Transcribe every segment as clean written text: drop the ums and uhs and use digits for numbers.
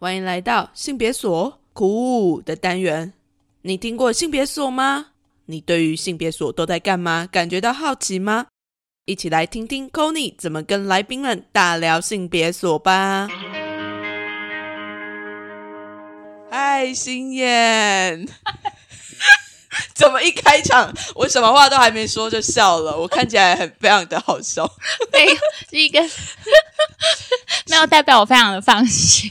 欢迎来到性别所酷的单元。你听过性别所吗？你对于性别所都在干嘛感觉到好奇吗？一起来听听 Connie 怎么跟来宾们大聊性别所吧。嗨，星燕怎么一开场我什么话都还没说就笑了？我看起来非常的好笑。 没有，是一个没有代表我非常的放心。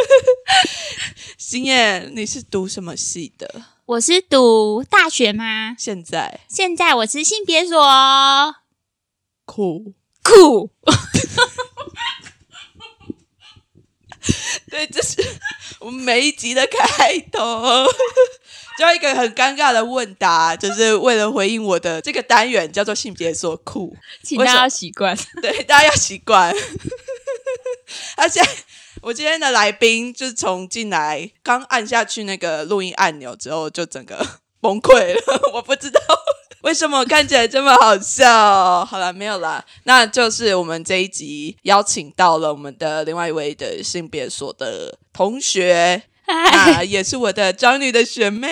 星燕，你是读什么系的？ 我是读大学吗？ 现在我是性别所。 酷对，这是我们每一集的开头就一个很尴尬的问答，就是为了回应我的这个单元叫做性别所酷， 请大家习惯。 对，大家要习惯。而且我今天的来宾就是从进来刚按下去那个录音按钮之后就整个崩溃了，我不知道为什么我看起来这么好笑。好啦，没有啦，那就是我们这一集邀请到了我们的另外一位的性别所的同学，那也是我的张女的学妹，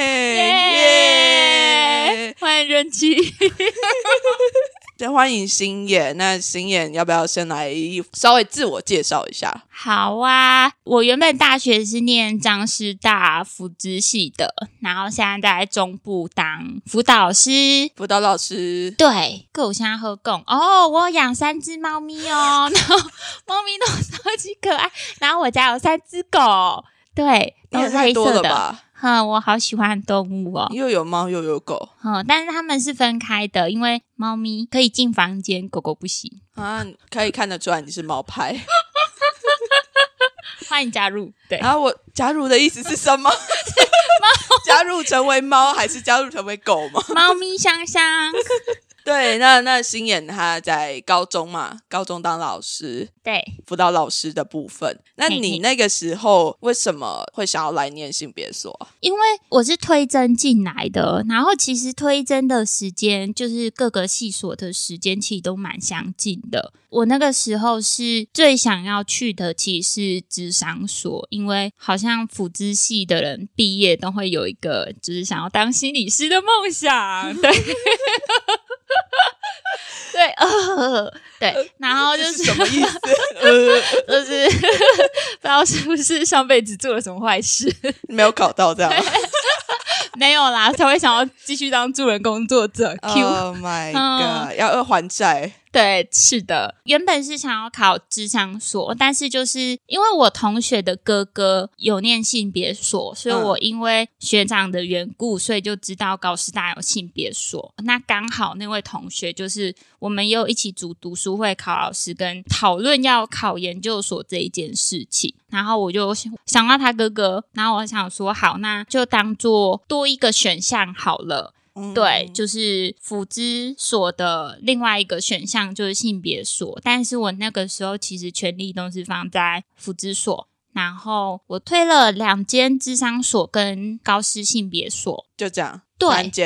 耶！ 欢迎人气。 欢迎星野。那星野要不要先来稍微自我介绍一下？ 好啊，我原本大学是念彰师大辅资系的，然后现在在中部当辅导老师。对，跟我现在合共我有养3只猫咪哦，然后猫咪都超级可爱，然后我家有3只狗，对，都是黑色的。我好喜欢动物哦， 又有猫又有狗。 但是他们是分开的，因为猫咪可以进房间，狗狗不行啊，可以看得出来你是猫派。 欢迎加入。对， 然后我加入的意思是什么？加入成为猫还是加入成为狗吗？ 猫咪香香。 对，那星野他在高中当老师， 对， 辅导老师的部分。那你那个时候为什么会想要来念性别所？ 因为我是推甄进来的，然后其实推甄的时间就是各个系所的时间其实都蛮相近的。我那个时候是最想要去的其实是諮商所，因为好像辅资系的人毕业都会有一个就是想要当心理师的梦想。对。对，然后就是什么意思？ 就是不知道是不是上辈子做了什么坏事， 没有考到这样。 没有啦，才会想要继续当助人工作者。 Oh my god，要还债。 对，是的，原本是想要考諮商所，但是就是因为我同学的哥哥有念性别所，所以我因为学长的缘故，所以就知道高师大有性别所。那刚好那位同学就是我们也有一起组读书会考老师跟讨论要考研究所这一件事情，然后我就想到他哥哥，然后我想说好，那就当做多一个选项好了。对，就是辅资所的另外一个选项就是性别所，但是我那个时候其实全力都是放在辅资所，然后我推了2间諮商所跟高师性别所， 就这样。 对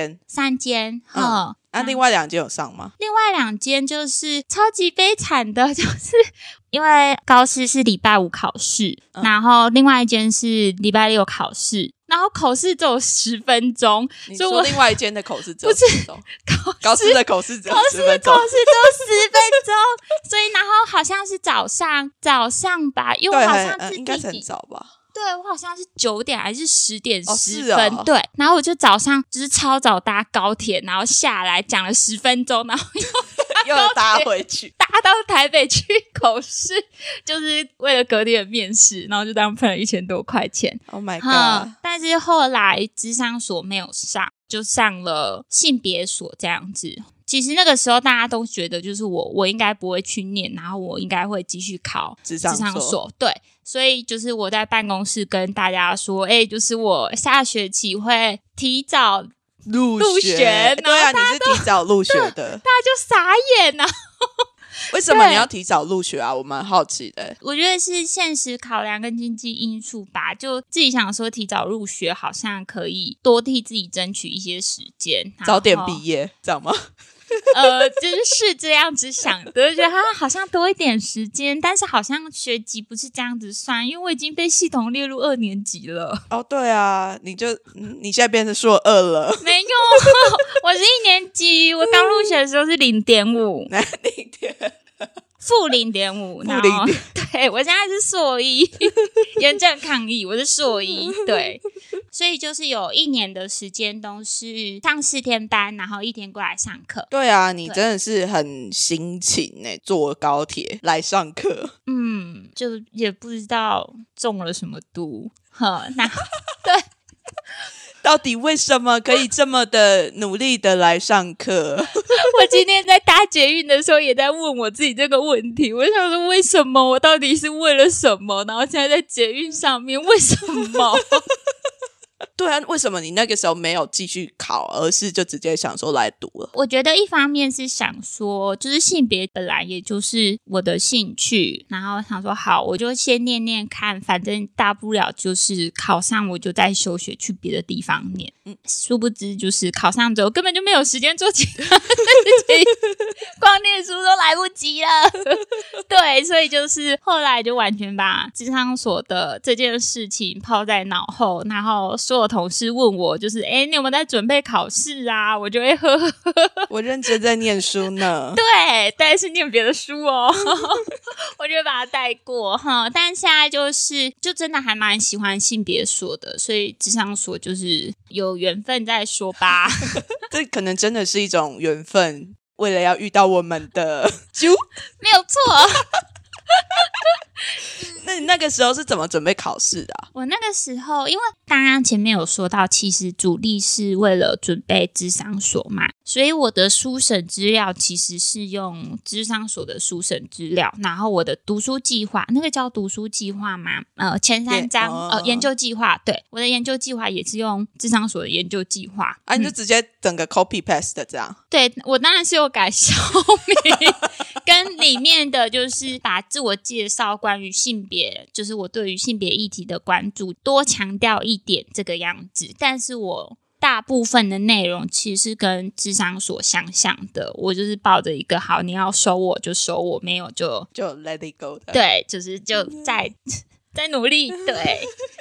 3间。 另外2间有上吗？ 另外2间就是超级悲惨的，就是因为高师是礼拜5考试，然后另外一间是礼拜6考试，然后口试只有10分钟。 你说另外一间的口试只有 10 分钟？高师的口试只有10分钟， 口试只有10分钟。所以然后好像是早上吧，因为我好像是应该是很早吧。 对，我好像是9点还是10点10分， 是对，然后我就早上就是超早搭高铁，然后下来讲了10分钟，然后又搭回去， 搭到台北去口试，就是为了隔天的面试，然后就当喷了1000多块钱。 Oh my god！ 但是后来諮商所没有上，就上了性别所这样子。其实那个时候大家都觉得就是我应该不会去念，然後我应该会继续考諮商所。对，所以就是我在办公室跟大家说就是我下学期会提早入学。 对啊，你是提早入学的。 大家就傻眼啊。 为什么你要提早入学啊？我蛮好奇的。 我觉得是现实考量跟经济因素吧，就自己想说提早入学好像可以多替自己争取一些时间， 早点毕业，这样吗？ 就是这样子想的，就觉得他好像多一点时间，但是好像学籍不是这样子算，因为我已经被系统列入2年级了。 哦，对啊，你现在变成硕2了。 没有，我是1年级，我刚入学的时候是0.5，负0.5，然后对我现在是硕1，严正抗议，我是硕1，对，所以就是有1年的时间都是上4天班，然后1天过来上课。 对啊，你真的是很辛勤欸，坐高铁来上课。 就也不知道中了什么毒，那对。 到底为什么可以这么的努力的来上课？ 我今天在搭捷运的时候也在问我自己这个问题，我想说为什么我到底是为了什么，然后现在在捷运上面为什么？ 对啊，为什么你那个时候没有继续考，而是就直接想说来读了？ 我觉得一方面是想说，就是性别本来也就是我的兴趣，然后想说好，我就先念念看，反正大不了就是考上我就再休学去别的地方念。殊不知就是考上之后根本就没有时间做其他事情，光念书都来不及了。对，所以就是后来就完全把諮商所的这件事情抛在脑后，然后所有同事问我就是你有没有在准备考试啊，我就会呵呵呵， 我认真在念书呢。 对，但是念别的书哦。我就会把它带过哈。但现在就真的还蛮喜欢性别所的，所以諮商所就是有缘分再说吧。 这可能真的是一种缘分，为了要遇到我们的没有错。 那你那个时候是怎么准备考试的啊？ 我那个时候因为刚刚前面有说到，其实主力是为了准备諮商所嘛，所以我的书审资料其实是用諮商所的书审资料，然后我的读书计划，那个叫读书计划吗？前3章研究计划，对，我的研究计划也是用諮商所的研究计划。 你就直接整个 copy paste 的这样？ 对，我当然是有改说明跟里面的就是把自我介绍，关于性别，就是我对于性别议题的关注多强调一点这个样子，但是我大部分的内容其实是跟諮商所相像的，我就是抱着一个好，你要收我就收我，没有就 let it go 的。 对，就是就在努力，对。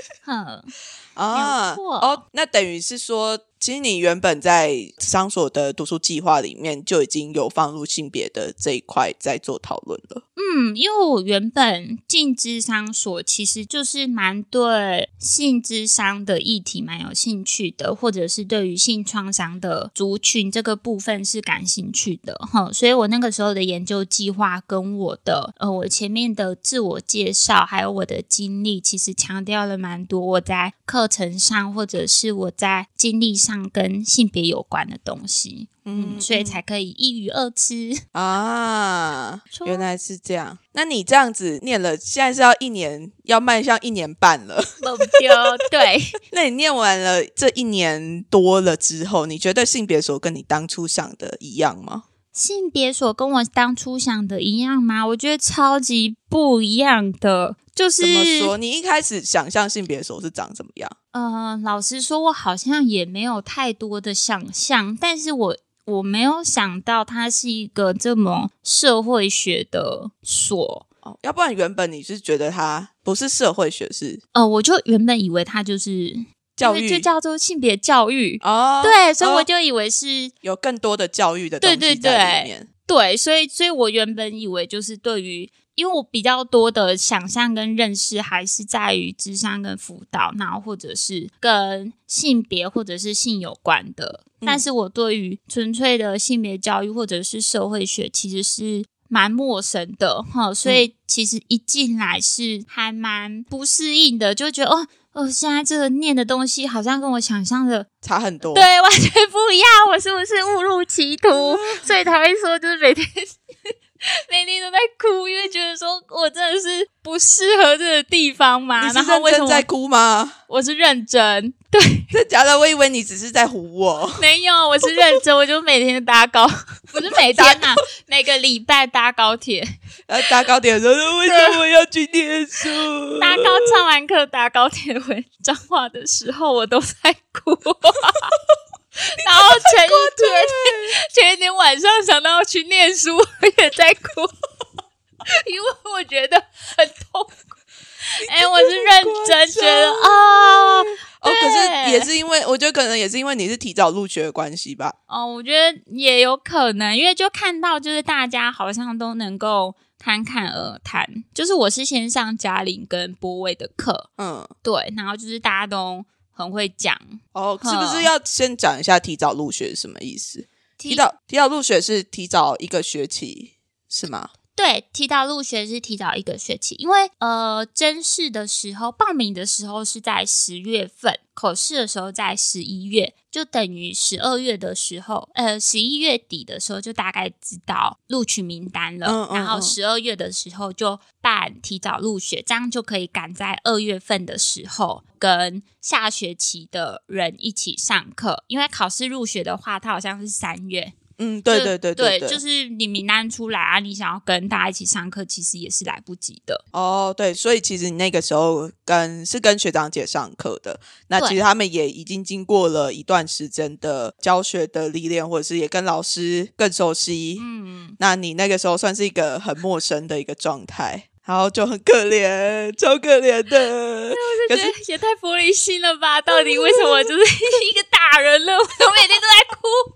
没错。 那等于是说其实你原本在諮商所的读书计划里面就已经有放入性别的这一块在做讨论了。 因为我原本进諮商所其实就是蛮对性諮商的议题蛮有兴趣的，或者是对于性创伤的族群这个部分是感兴趣的，所以我那个时候的研究计划跟我的我前面的自我介绍还有我的经历其实强调了蛮多我在课程上或者是我在经历上跟性别有关的东西。所以才可以一鱼二吃啊！原来是这样。那你这样子念了，现在是要迈向1年半了。 对。 那你念完了这1年多了之后，你觉得性别所跟你当初想的一样吗？ 性别所跟我当初想的一样吗？我觉得超级不一样的。就是怎么说？你一开始想象性别所是长怎么样？ 老实说，我好像也没有太多的想象，但是我没有想到它是一个这么社会学的所。 要不然原本你是觉得它不是社会学是？ 我就原本以为它就是教育， 就叫做性别教育对，所以我就以为是有更多的教育的东西在里面。 对，所以我原本以为就是对于，因为我比较多的想象跟认识还是在于諮商跟輔導，然后或者是跟性别或者是性有关的，但是我对于纯粹的性别教育或者是社会学其实是蛮陌生的所以其实一进来是还蛮不适应的，就觉得现在这个念的东西好像跟我想象的差很多， 对，完全不一样，我是不是误入歧途？所以才会说就是每天都在哭，因为觉得说我真的是不适合这个地方嘛。 你是认真在哭吗？ 我是认真，对。 真的假的？我以为你只是在唬我。 没有，我是认真，我就每天搭不是每天啊，每个礼拜搭高铁。 搭高铁的时候，为什么要去念书？ 上完课搭高铁回彰化的时候，我都在哭。 然后前一天晚上想到要去念书，我也在哭，因为我觉得很痛苦。我是认真觉得可是也是因为我觉得可能也是因为你是提早入学的关系吧。 我觉得也有可能，因为就看到就是大家好像都能够侃侃而谈，就是我是先上嘉玲跟波威的课，对，然后就是大家都很会讲。 是不是要先讲一下提早入学是什么意思？提早入学是提早一个学期是吗？ 对，提早入学是提早一个学期，因为甄试的时候报名的时候是在10月份，口试的时候在11月，就等于12月的时候11月底的时候就大概知道录取名单了，然后12月的时候就办提早入学，这样就可以赶在2月份的时候跟下学期的人一起上课，因为考试入学的话它好像是3月。对，就是你名单出来啊，你想要跟大家一起上课，其实也是来不及的。 对，所以其实你那个时候跟学长姐上课的，那其实他们也已经经过了一段时间的教学的历练，或者是也跟老师更熟悉。那你那个时候算是一个很陌生的一个状态，然后就很可怜，超可怜的。 我就觉得也太玻璃心了吧？到底为什么就是一个大人了，我每天都在哭。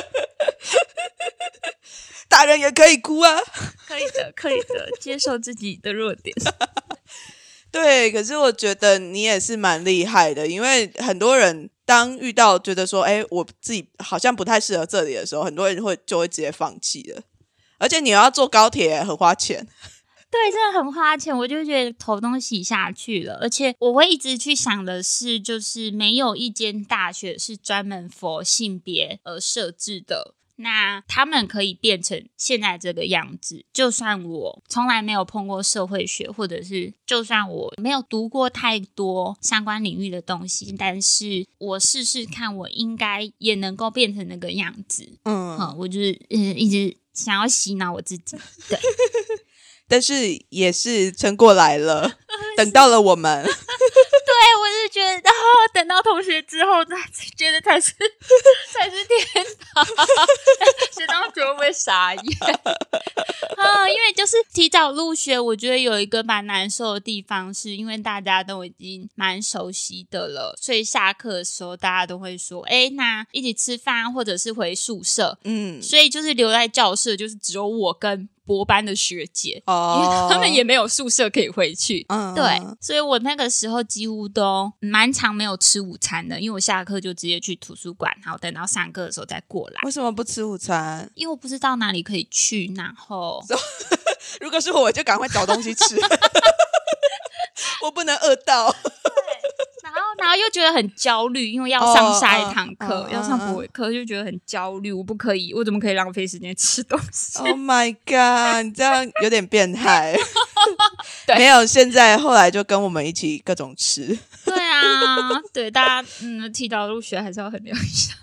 大人也可以哭啊， 可以的，接受自己的弱点。 对，可是我觉得你也是蛮厉害的，因为很多人当遇到觉得说我自己好像不太适合这里的时候，很多人就会直接放弃了，而且你要坐高铁很花钱。 对，真的很花钱，我就觉得头都洗下去了。而且我会一直去想的是，就是没有一间大学是专门 for 性别而设置的，那他们可以变成现在这个样子，就算我从来没有碰过社会学，或者是就算我没有读过太多相关领域的东西，但是我试试看，我应该也能够变成那个样子。我就是一直想要洗脑我自己。对。 但是也是撑过来了，等到了我们。对， 我是觉得，等到同学之后，觉得才是天堂。学长觉得会不会傻眼？因为就是提早入学，我觉得有一个蛮难受的地方，是因为大家都已经蛮熟悉的了，所以下课的时候大家都会说，那一起吃饭，或者是回宿舍。所以就是留在教室，就是只有我跟博班的学姐，因为他们也没有宿舍可以回去。对，所以我那个时候几乎都蛮常没有吃午餐的，因为我下课就直接去图书馆，然后等到上课的时候再过来。 为什么不吃午餐？ 因为我不知道哪里可以去，然后如果是我就赶快找东西吃。我不能饿到。 然后又觉得很焦虑，因为要上下一堂课，要上博伟课，就觉得很焦虑。我怎么可以浪费时间吃东西 ？Oh my god！ 你这样有点变态。没有，后来就跟我们一起各种吃。 对啊，对大家提早入学还是要衡量一下。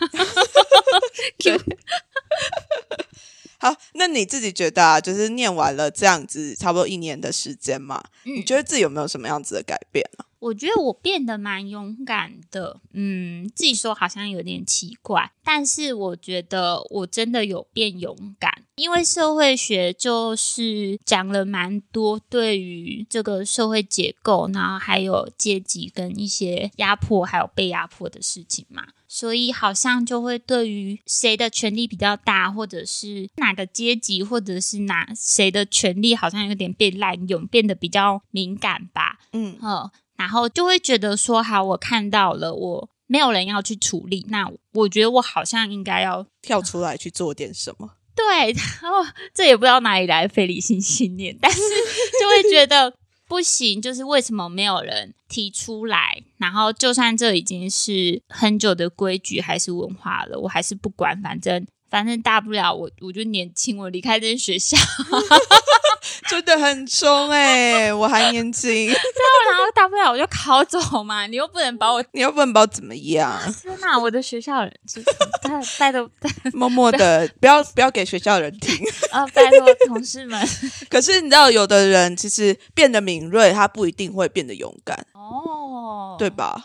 好，那你自己觉得就是念完了这样子差不多1年的时间嘛，你觉得自己有没有什么样子的改变呢？ 我觉得我变得蛮勇敢的，自己说好像有点奇怪，但是我觉得我真的有变勇敢，因为社会学就是讲了蛮多对于这个社会结构，然后还有阶级跟一些压迫还有被压迫的事情嘛，所以好像就会对于谁的权力比较大，或者是哪个阶级，或者是谁的权力好像有点被滥用，变得比较敏感吧。然后就会觉得说，好，我看到了，我没有人要去处理，那我觉得我好像应该要跳出来去做点什么。 对，然后这也不知道哪里来的非理性信念，但是就会觉得不行，就是为什么没有人提出来，然后就算这已经是很久的规矩还是文化了，我还是不管，反正大不了我就年轻，我离开这间学校。 真的很冲我还年轻。 对啊，然后大不了我就考走嘛，你又不能把我怎么样？ 天哪，我的学校人拜托默默的不要给学校人听拜托同事们。 可是你知道有的人其实变得敏锐，他不一定会变得勇敢对吧？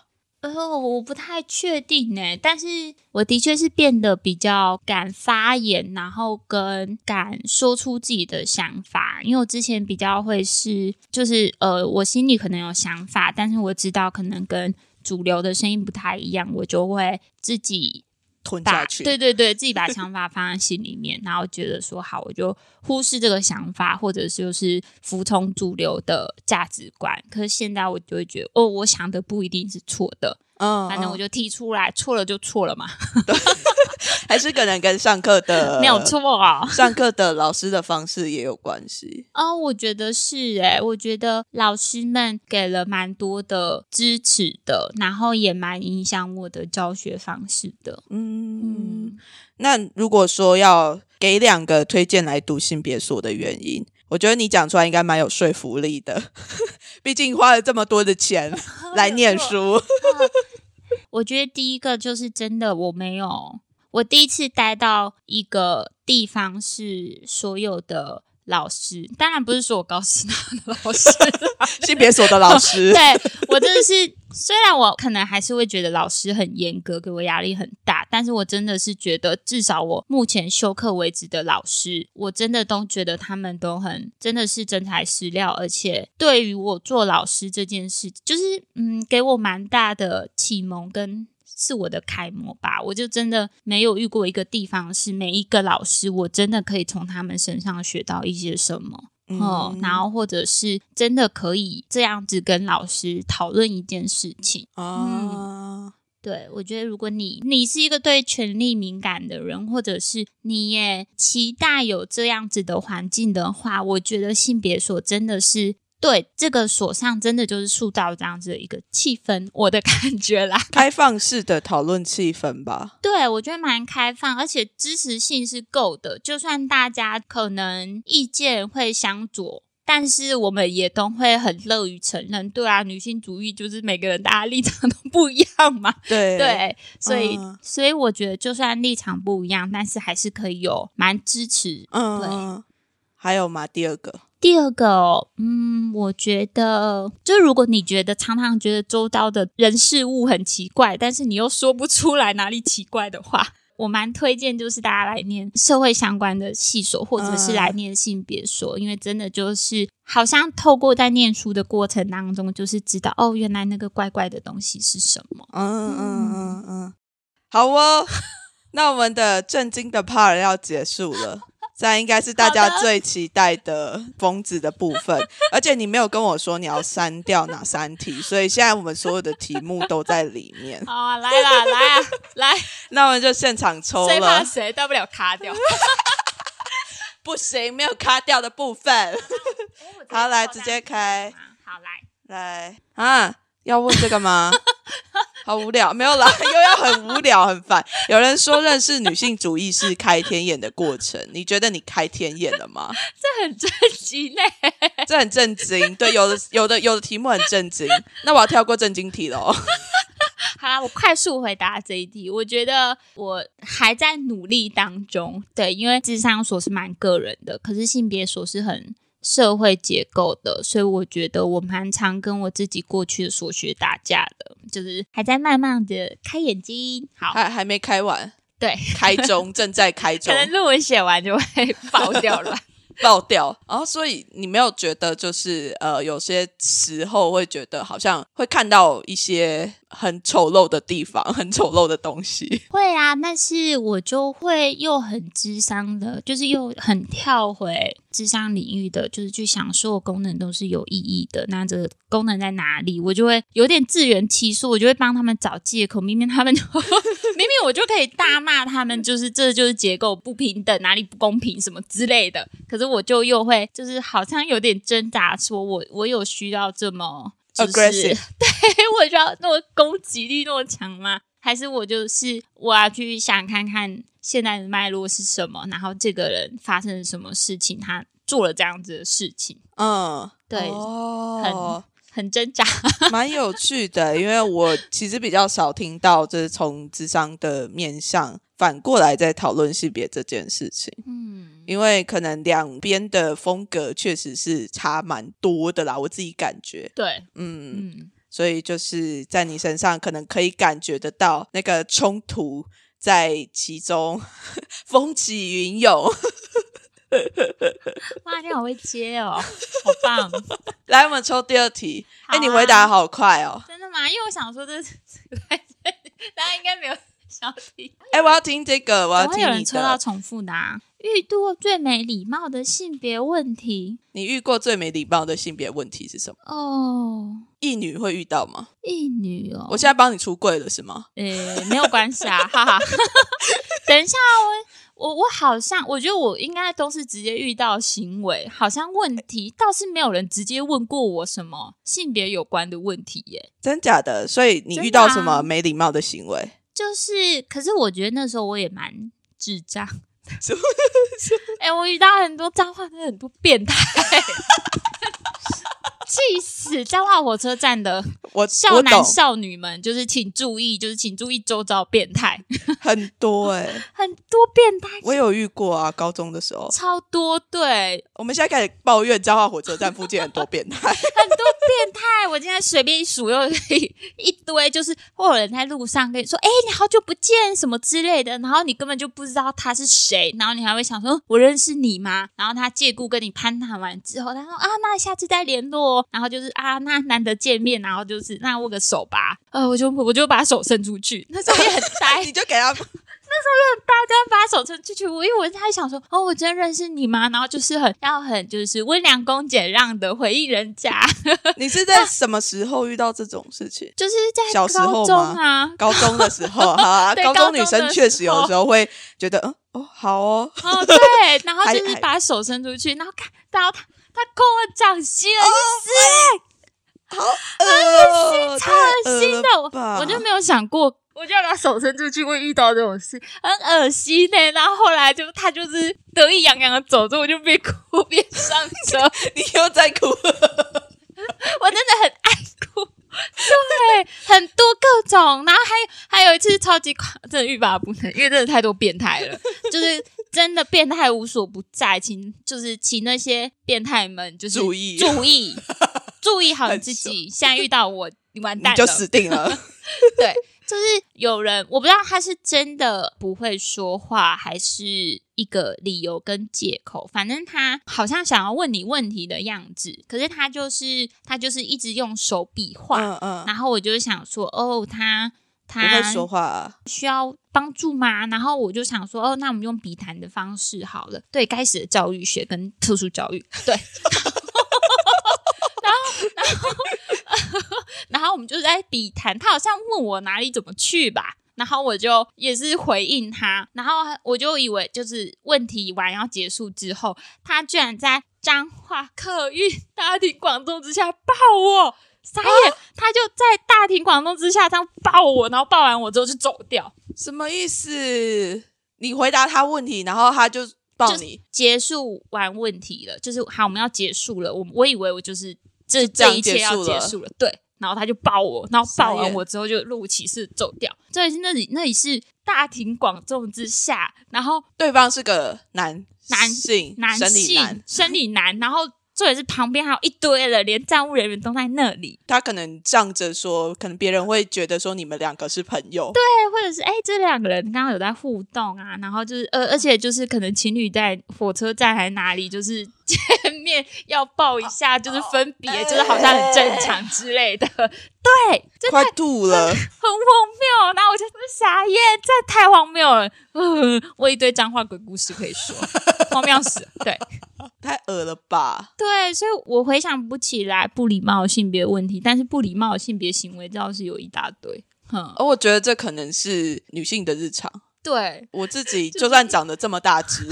我不太确定耶，但是我的确是变得比较敢发言，然后跟敢说出自己的想法。因为我之前比较会是，就是我心里可能有想法，但是我知道可能跟主流的声音不太一样，我就会自己吞下去。 对对对，自己把想法放在心里面，然后觉得说好，我就忽视这个想法，或者就是服从主流的价值观。可是现在我就会觉得，我想的不一定是错的，反正我就提出来，错了就错了嘛。 对，还是可能跟上课的没有错哦， 上课的老师的方式也有关系。 我觉得是我觉得老师们给了蛮多的支持的，然后也蛮影响我的教学方式的。 那如果说要给2个推荐来读性别所的原因，我觉得你讲出来应该蛮有说服力的，毕竟花了这么多的钱来念书。 我觉得第一个就是真的我第一次待到一个地方是所有的老师，当然不是说我高师大的老师性别所的老师对，我真的是虽然我可能还是会觉得老师很严格，给我压力很大，但是我真的是觉得至少我目前修课为止的老师，我真的都觉得他们都真的是真材实料，而且对于我做老师这件事就是给我蛮大的启蒙跟是我的楷模吧。我就真的没有遇过一个地方是每一个老师我真的可以从他们身上学到一些什么然后或者是真的可以这样子跟老师讨论一件事情对，我觉得如果你是一个对权力敏感的人，或者是你也期待有这样子的环境的话，我觉得性别所真的是对这个所上真的就是塑造这样子的一个气氛，我的感觉啦， 开放式的讨论气氛吧。 对，我觉得蛮开放，而且支持性是够的，就算大家可能意见会相左，但是我们也都会很乐于承认，对啊，女性主义就是每个人大家立场都不一样嘛，对，所以我觉得就算立场不一样，但是还是可以有蛮支持对。 还有吗？第二个我觉得就如果你常常觉得周遭的人事物很奇怪，但是你又说不出来哪里奇怪的话，我蛮推荐就是大家来念社会相关的系所，或者是来念性别所，因为真的就是好像透过在念书的过程当中，就是知道原来那个怪怪的东西是什么。 好哦，那我们的震惊的 part 要结束了。这应该是大家最期待的疯子的部分，而且你没有跟我说你要删掉哪3题，所以现在我们所有的题目都在里面。 好啊，来啦，来， 那我们就现场抽了， 谁怕谁，大不了卡掉。 不行，没有卡掉的部分。好，来直接开。 好， 来要问这个吗？好无聊，没有啦，又要很无聊很烦。有人说认识女性主义是开天眼的过程，你觉得你开天眼了吗？ 这很震惊这很震惊。对，有的题目很震惊，那我要跳过震惊题咯。 好啦，我快速回答这一题。我觉得我还在努力当中，对，因为諮商所是蛮个人的，可是性别所是很社会结构的，所以我觉得我蛮常跟我自己过去的所学打架的，就是还在慢慢的开眼睛。好， 还没开完， 对， 开中，正在开中， 可能论文写完就会爆掉了。 爆掉。然后所以你没有觉得就是有些时候会觉得好像会看到一些很丑陋的地方，很丑陋的东西？ 会啊，但是我就会又很諮商的，就是又很跳回諮商领域的，就是去想所有功能都是有意义的，那这个功能在哪里？我就会有点自圆其说，我就会帮他们找借口，明明他们明明我就可以大骂他们，就是这就是结构不平等，哪里不公平什么之类的，可是我就又会就是好像有点挣扎，说我有需要这么 aggressive， 对，我需要那么攻击力那么强吗？还是我要去想看看现在的脉络是什么，然后这个人发生了什么事情，他做了这样子的事情。对，很挣扎。 蛮有趣的，因为我其实比较少听到就是从諮商的面向反过来在讨论性别这件事情。因为可能两边的风格确实是差蛮多的啦，我自己感觉。 对， 所以就是在你身上可能可以感觉得到那个冲突在其中风起云涌。 哇，你好会接哦，好棒！ 来，我们抽第二题。 好啊你回答好快哦。 真的吗？因为我想说大家应该没有想听。 我要听这个，我要听怎么会有人你抽到的。 重复的啊？遇到最没礼貌的性别问题你遇过最没礼貌的性别问题是什么？ 哦， 异女会遇到吗？ 异女哦， 我现在帮你出柜了是吗？ 没有关系啊，哈哈。等一下，我好像我觉得我应该都是直接遇到行为，好像问题倒是没有人直接问过我什么性别有关的问题耶。 真假的？所以你遇到什么没礼貌的行为？ 就是，可是我觉得那时候我也蛮智障。我遇到很多彰化的很多变态，气死！彰化火车站的少男少女们，就是请注意，周遭变态很多很多变态， 我有遇过啊，高中的时候超多。对， 我们现在开始抱怨彰化火车站附近很多变态， 很多变态。我今天随便一数又可以一堆，就是会有人在路上跟你说：“你好久不见”什么之类的，然后你根本就不知道他是谁，然后你还会想说：“我认识你吗？”然后他借故跟你攀谈完之后，他说：“啊，那下次再联络。”然后就是啊，那难得见面，然后就是那握个手吧。我就把手伸出去，那时候也很呆， 你就给他。 那时候也很呆，就把手伸出去。因为我在想说，我真认识你吗？然后就是很就是温良恭俭让的回应人家。 你是在什么时候遇到这种事情？ 就是在小时候吗？高中的时候哈， 对， 高中女生确实有的时候会觉得好哦， 对，然后就是把手伸出去，然后看到他跟我讲心了一丝， 好恶心， 超恶心的，我就没有想过。我就要把手伸出去，会遇到这种事，很恶心然后后来他就是得意洋洋的走着，我就边哭边上车。 你又在哭， 我真的很爱哭。对，很多各种，然后还有一次超级夸，真的欲罢不能，因为真的太多变态了，就是真的变态无所不在，请那些变态们就是注意好你自己，现在遇到我，你完蛋了， 你就死定了。 对。就是有人，我不知道他是真的不会说话，还是一个理由跟借口。反正他好像想要问你问题的样子，可是他就是一直用手比划。然后我就想说，他不会说话， 需要帮助吗？然后我就想说，那我们用笔谈的方式好了。对，该死的教育学跟特殊教育，对。然后我们就在笔谈，他好像问我哪里怎么去吧，然后我就也是回应他，然后我就以为就是问题完要结束之后，他居然在彰化客运大庭广众之下抱我，傻眼，他就在大庭广众之下这样抱我，然后抱完我之后就走掉。 什么意思？你回答他问题，然后他就抱你， 结束完问题了，就是好，我们要结束了。我以为我就是这一切要结束了，对。然后他就抱我，然后抱完我之后就若无其事走掉。这里那里是大庭广众之下，然后对方是个男性生理男，然后这也是旁边还有一堆人，连站务人员都在那里。 他可能仗着说，可能别人会觉得说你们两个是朋友， 对，或者是这两个人刚刚有在互动啊，然后就是而且就是可能情侣在火车站还哪里就是见面要抱一下，就是分别，就是好像很正常之类的。对， 快吐了，很荒谬。然后我就傻眼，这太荒谬了。我一堆彰化鬼故事可以说，荒谬死了。对， 太恶了吧？ 对，所以我回想不起来不礼貌的性别问题，但是不礼貌的性别行为倒是有一大堆。 我觉得这可能是女性的日常。 对， 我自己就算长得这么大只。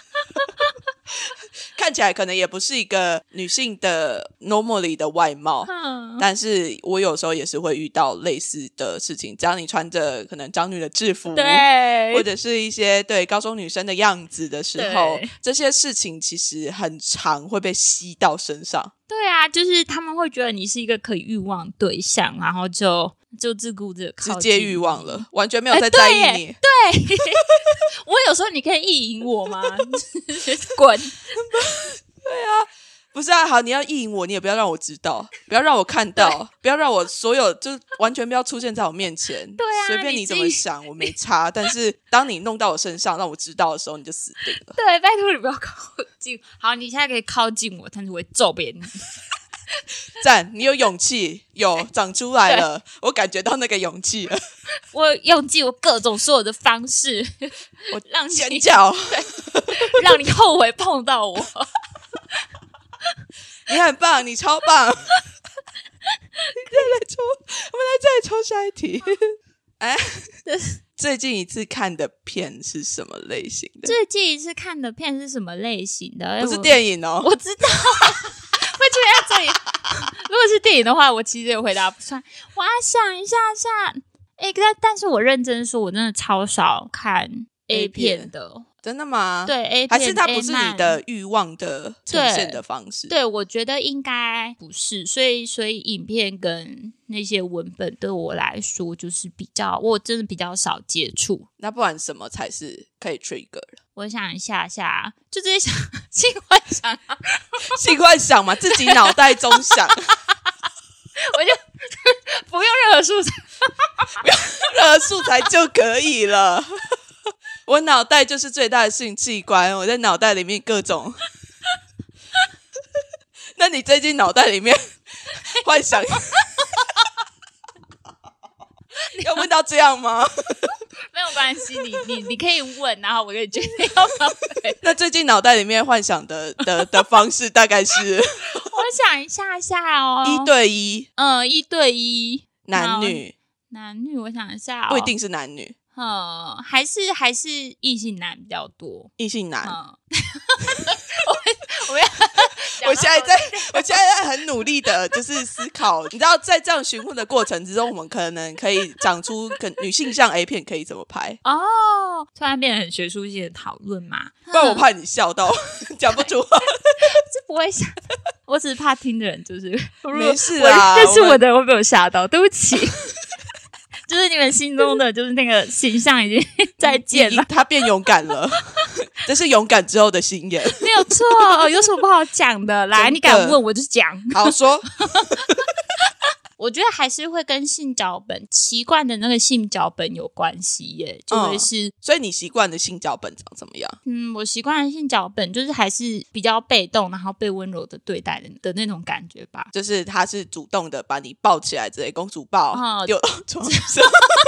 看起来可能也不是一个女性的 normally 的外貌，但是我有时候也是会遇到类似的事情。只要你穿着可能长女的制服， 对， 或者是一些对高中女生的样子的时候，这些事情其实很常会被吸到身上。 对啊，就是他们会觉得你是一个可以欲望对象，然后就自顾着靠近， 直接欲望了，完全没有在在意你。 对，我有时候你可以意淫我吗？滚！ 对啊， 不是啊，好，你要意淫我，你也不要让我知道，不要让我看到，不要让我所有就完全不要出现在我面前。 对啊， 随便你怎么想，我没差。但是当你弄到我身上，让我知道的时候，你就死定了。 对，拜托你不要靠近。好，你现在可以靠近我，但是我会揍别人。 赞，你有勇气，有长出来了，我感觉到那个勇气了。 我用尽我各种所有的方式， 我让你尖叫， 让你后悔碰到我。 你很棒，你超棒。我们来再来抽下一题。哎，最近一次看的片是什么类型的？ 最近一次看的片是什么类型的？ 不是电影哦。 我知道会出现在这里。如果是电影的话，我其实也回答不出来。我要想一下下。但是我认真说，我真的超少看 A 片的。 真的吗？ 对 A 片， 还是它不是你的欲望的呈现的方式？ 对，我觉得应该不是，所以影片跟那些文本对我来说就是我真的比较少接触。 那不然什么才是可以 trigger 的？ 我想一下，就直接想性幻想， 性幻想嘛，自己脑袋中想， 我就不用任何素材， 任何素材就可以了。我脑袋就是最大的性器官，我在脑袋里面各种。那你最近脑袋里面幻想要问到这样吗？ 没有关系，你可以问，然后我可以决定要不要回。 那最近脑袋里面幻想的方式大概是？ 我想一下哦 ，1对1 ，1对1， 男女， 我想一下不一定是男女。 还是异性男比较多， 异性男。 我现在在很努力的，就是思考，你知道，在这样询问的过程之中，我们可能可以讲出女性向 A 片可以怎么拍哦。突然变得很学术性的讨论嘛， 不然我怕你笑到讲不出话。 是不会想，我只是怕听的人就是没事啦， 但是我的人会被我吓到，对不起。就是你们心中的就是那个形象已经再见了， 他变勇敢了，这是勇敢之后的心眼， 没有错。有什么不好讲的？来，你敢问我就讲。 好说。 我觉得还是会跟性脚本习惯的那个性脚本有关系耶，就会是。 所以你习惯的性脚本长怎么样？ 我习惯的性脚本就是还是比较被动，然后被温柔的对待的那种感觉吧。 就是他是主动的把你抱起来，直接公主抱丢到床上。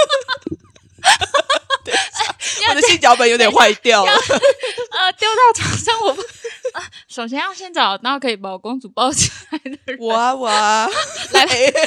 我的性脚本有点坏掉了。 丢到床上首先要先找到可以把我公主抱起来的人。 我啊来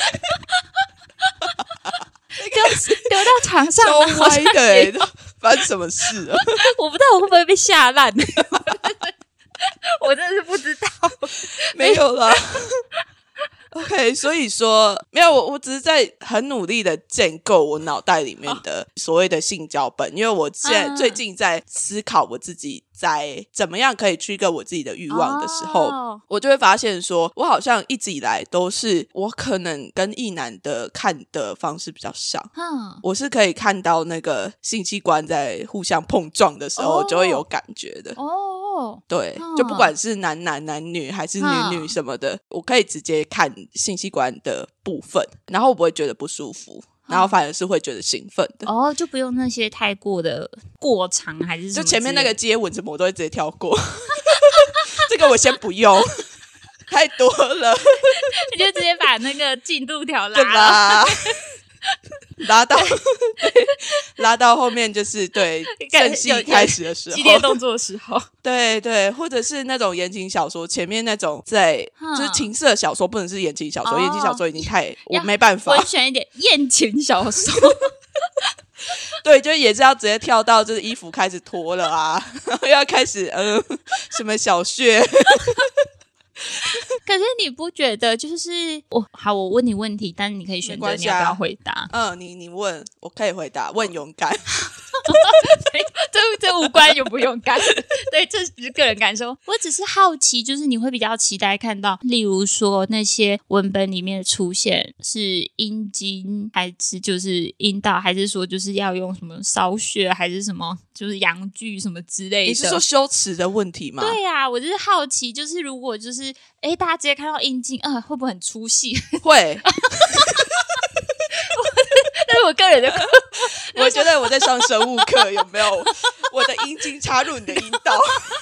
丢到床上超歪的发生什么事啊？ 我不知道我会不会被吓烂。我真的是不知道。 没有啦。OK， 所以说没有我只是在很努力的建构我脑袋里面的所谓的性脚本，因为我现在最近在思考我自己在怎么样可以trigger我自己的欲望的时候，我就会发现说我好像一直以来都是我可能跟异男的看的方式比较像，我是可以看到那个性器官在互相碰撞的时候就会有感觉的。对，就不管是男男男女还是女女什么的，我可以直接看性器官的部分，然后我不会觉得不舒服，然后反而是会觉得兴奋的。 就不用那些太过的过长还是什么， 就前面那个接吻什么我都会直接跳过。这个我先不用，太多了。 你就直接把那个进度条拉到后面就是对正戏开始的时候， 激烈动作的时候。 对对，或者是那种言情小说前面那种在就是情色小说，不能是言情小说，言情小说已经我没办法。 文选一点艳情小说。 对，就也是要直接跳到就是衣服开始脱了啊，然后要开始什么小穴。 可是你不觉得就是我问你问题，但是你可以选择你要不要回答。 你问我可以回答，我很勇敢。 这无关勇不勇敢，对，这只是个人感受。我只是好奇，就是你会比较期待看到，例如说那些文本里面的出现是阴茎，还是就是阴道，还是说就是要用什么烧血，还是什么就是阳具什么之类的？ 你是说羞耻的问题吗？ 对啊，我就是好奇，就是如果就是大家直接看到阴茎，会不会很出戏？ 会。 但是我个人的， 我觉得我在上生物课，有没有我的阴茎插入你的阴道，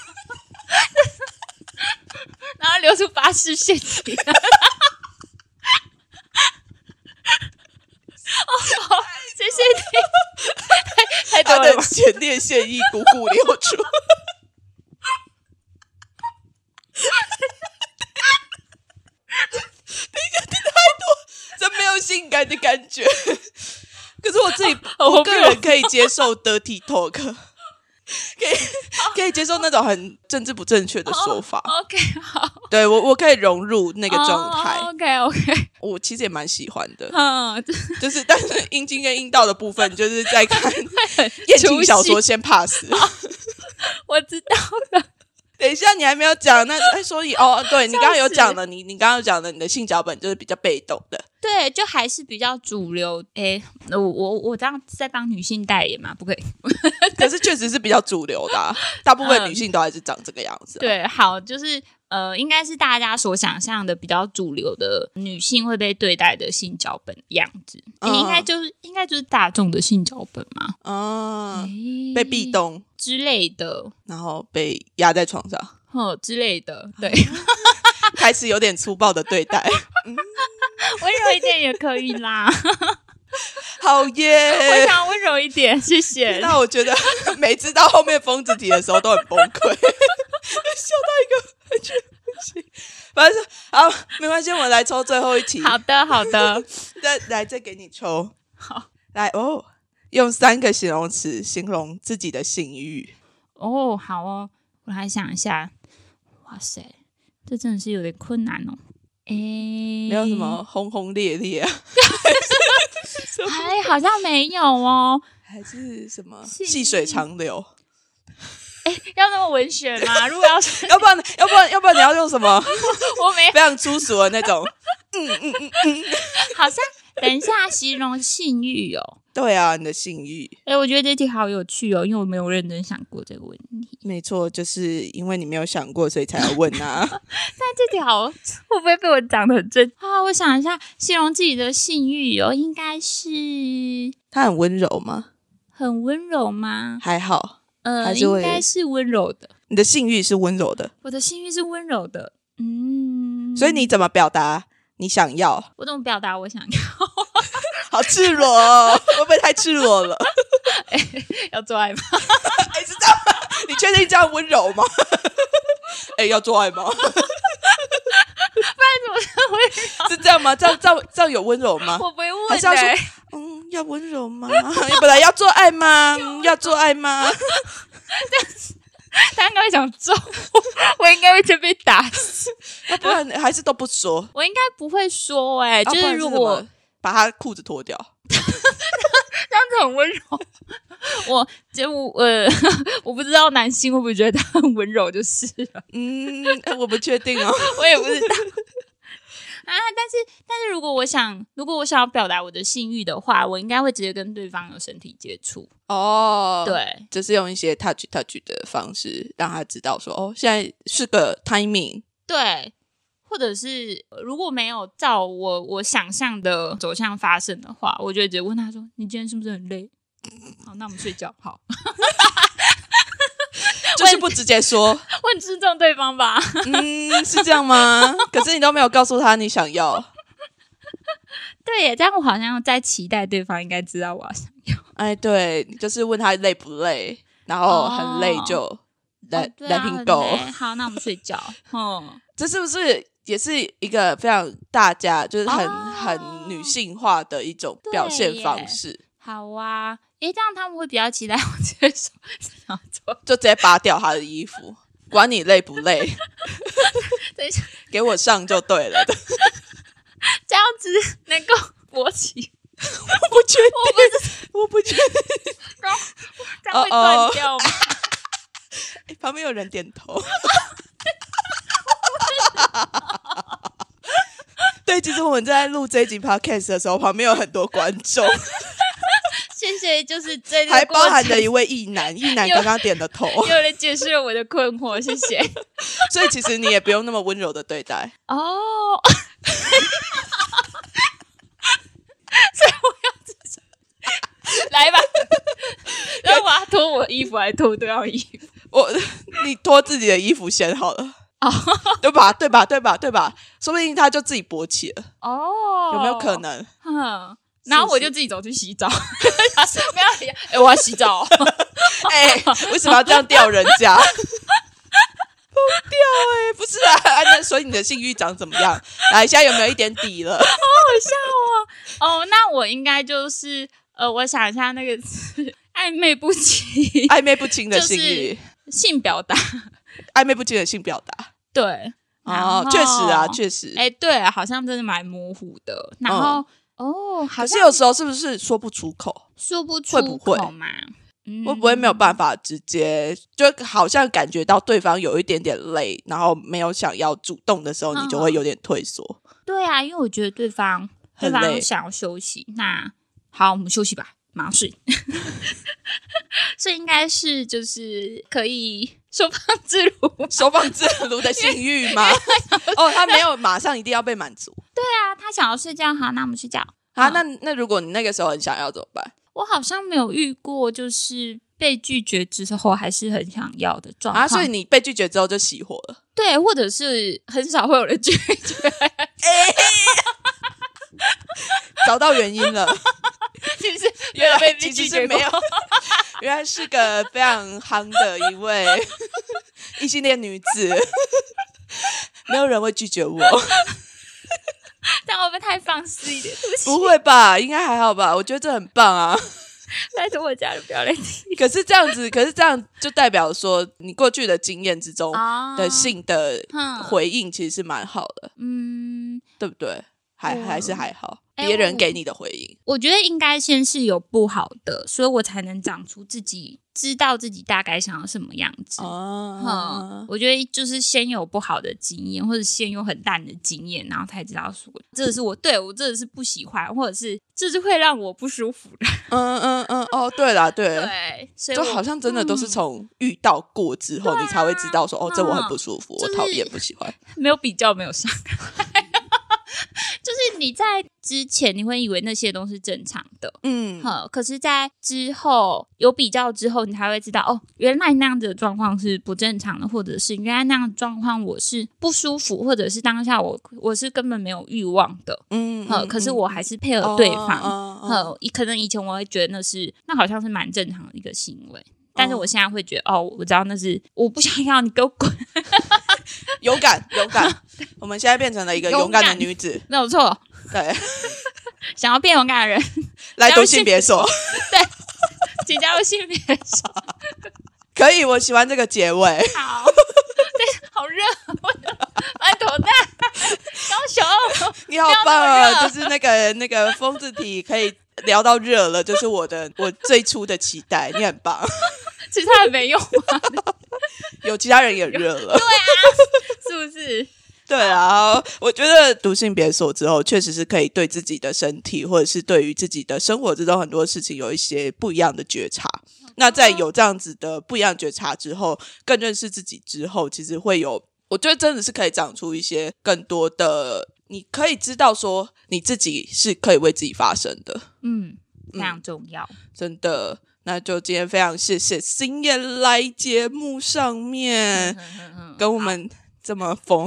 然后流出巴士陷阱。谢谢你，太多了吧， 他的前列腺液汩汩流出。真没有性感的感觉。可是我自己，我个人可以接受 dirty talk， 可以接受那种很政治不正确的说法。 OK， 好， 对我可以融入那个状态。 OK， 我其实也蛮喜欢的。 就是但是阴茎跟阴道的部分，就是在看言情小说先 pass。 我知道了。 等一下，你还没有讲那所以对，你刚刚有讲了，你刚刚有讲了，你的性脚本就是比较被动的， 对，就还是比较主流。我这样在帮女性代言嘛？不可以。 可是确实是比较主流的大部分女性都还是长这个样子。 对，好，就是应该是大家所想象的比较主流的女性会被对待的性脚本样子。应该就是大众的性脚本嘛。 被壁咚之类的， 然后被压在床上之类的，对。 开始有点粗暴的对待。 温柔一点也可以啦。 好耶， 我想温柔一点，谢谢。 那我觉得每次到后面疯子题的时候都很崩溃。笑到一个完全不行。反正好，没关系，我们来抽最后一题。 好的。 再给你抽。 好， 来用3个形容词形容自己的性欲。 好哦，我来想一下。哇塞，这真的是有点困难哦。 没有什么轰轰烈烈啊。 好像没有哦。 还是什么细水长流？ 要那么文学吗？如果要要不然你要用什么？ 我没非常粗俗的那种。 好像等一下形容性欲哦。 对啊，你的性欲。 我觉得这题好有趣哦，因为我没有认真想过这个问题。 没错，就是因为你没有想过，所以才要问啊。 但这题好，会不会被我讲得很正啊？我想一下，形容自己的性欲哦，应该是他很温柔吗？ 很温柔吗？ 还好，还是应该是温柔的。 你的性欲是温柔的？ 我的性欲是温柔的。 所以你怎么表达你想要？ 我怎么表达我想要？ 好赤裸哦，会不会太赤裸了？ 要做爱吗？ 是这样吗？你确定这样温柔吗？要做爱吗？不然怎么是温柔？ 是这样吗？这样有温柔吗？ 我不会问。 还是要说要温柔吗？你本来要做爱吗？要做爱吗？ 他刚才想揍我，应该会先被打死。 要不然还是都不说。 我应该不会说就是如果把他裤子脱掉， 这样子很温柔。我不知道男性会不会觉得他很温柔就是了。 我不确定哦。 我也不知道。但是如果我想要表达我的性欲的话，我应该会直接跟对方有身体接触。对， 就是用一些 touch 的方式让他知道说现在是个 timing。 对，或者是如果没有照我想象的走向发生的话，我就会直接问他说：“你今天是不是很累？”好，那我们睡觉。好。 就是不直接说， 我很尊重对方吧。 是这样吗？可是你都没有告诉他你想要。 对耶，这样我好像在期待对方应该知道我要想要。 对，就是问他累不累，然后很累就let him go。 好，那我们睡觉。 这是不是也是一个非常大家就是很女性化的一种表现方式？ 好啊。这样他们会比较期待我直接说想做， 就直接拔掉他的衣服，管你累不累。 等一下，给我上就对了。 这样子能够勃起？ 我不确定。 它会断掉吗？ 旁边有人点头。对，其实我们在录这一集 podcast 的时候，旁边有很多观众。 谢谢，就是这个还包含着一位异男，异男刚刚点了头， 有人解释了我的困惑，谢谢。 所以其实你也不用那么温柔的对待哦。所以我要自己来吧，然后我要脱我衣服还是脱对方衣服？ 你脱自己的衣服先好了。 哦， 对吧？对吧？对吧？对吧？说不定他就自己勃起了。 哦， 有没有可能？ 然后我就自己走去洗澡。没有，我要洗澡。 为什么要这样吊人家？疯掉不是啊，那所以你的性欲长怎么样？来，现在有没有一点底了？ 好好笑哦！那我应该就是我想一下那个词，暧昧不清， 暧昧不清的性欲， 就是性表达， 暧昧不清的性表达。 对， 确实啊，确实。 对啊，好像真的蛮模糊的。然后可是有时候是不是说不出口？ 说不出口嘛？ 会不会没有办法直接，就好像感觉到对方有一点点累，然后没有想要主动的时候，你就会有点退缩。 对啊，因为我觉得对方想要休息。那好，我们休息吧，马上睡。所以应该是就是可以收放自如， 收放自如的性欲吗？他没有马上一定要被满足。 对啊，他想要睡觉，好，那我们睡觉。 啊，那如果你那个时候很想要怎么办？ 我好像没有遇过，就是被拒绝之后还是很想要的状况。 所以你被拒绝之后就熄火了？ 对，或者是很少会有人拒绝。 找到原因了。 其实原来被拒绝没有，原来是个非常夯的一位异性恋女子。没有人会拒绝我。 但会不会太放肆一点？ 不会吧，应该还好吧，我觉得这很棒啊。 拜托我家人不要来听。 可是这样就代表说你过去的经验之中的性的回应其实是蛮好的。对不对？还是还好，别人给你的回应， 我觉得应该先是有不好的，所以我才能长出自己知道自己大概想要什么样子。我觉得就是先有不好的经验，或者先有很淡的经验，然后才知道说这是我真的是不喜欢，或者是这是会让我不舒服的。 对啦，对， 所以就好像真的都是从遇到过之后，你才会知道说这我很不舒服，我讨厌不喜欢。 没有比较，没有伤害。就是你在之前你会以为那些都是正常的，可是在之后有比较之后，你才会知道原来那样子的状况是不正常的，或者是原来那样的状况我是不舒服，或者是当下我是根本没有欲望的，可是我还是配合对方，可能以前我会觉得那好像是蛮正常的一个行为，但是我现在会觉得我知道那是我不想要，你给我滚。 勇敢，我们现在变成了一个勇敢的女子， 没有错。对，想要变勇敢的人来读性别所。 对，请加入性别所。 可以，我喜欢这个结尾。 好，对，好热，我的头大，高雄， 你好棒啊！就是那个风字体可以聊到热了，就是我最初的期待，你很棒。 其实他也没用啊， 有其他人也热了。 对啊，是不是？ 对啊，我觉得读性别所之后，确实是可以对自己的身体，或者是对于自己的生活之中很多事情有一些不一样的觉察。那在有这样子的不一样的觉察之后，更认识自己之后，其实会有，我觉得真的是可以长出一些更多的，你可以知道说你自己是可以为自己发声的。 非常重要， 真的。那就今天非常谢谢星燕来节目上面跟我们这么疯。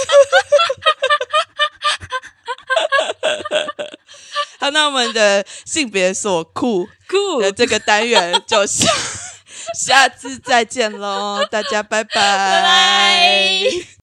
好，那我们的性别所酷的这个单元就下次再见咯，大家拜拜。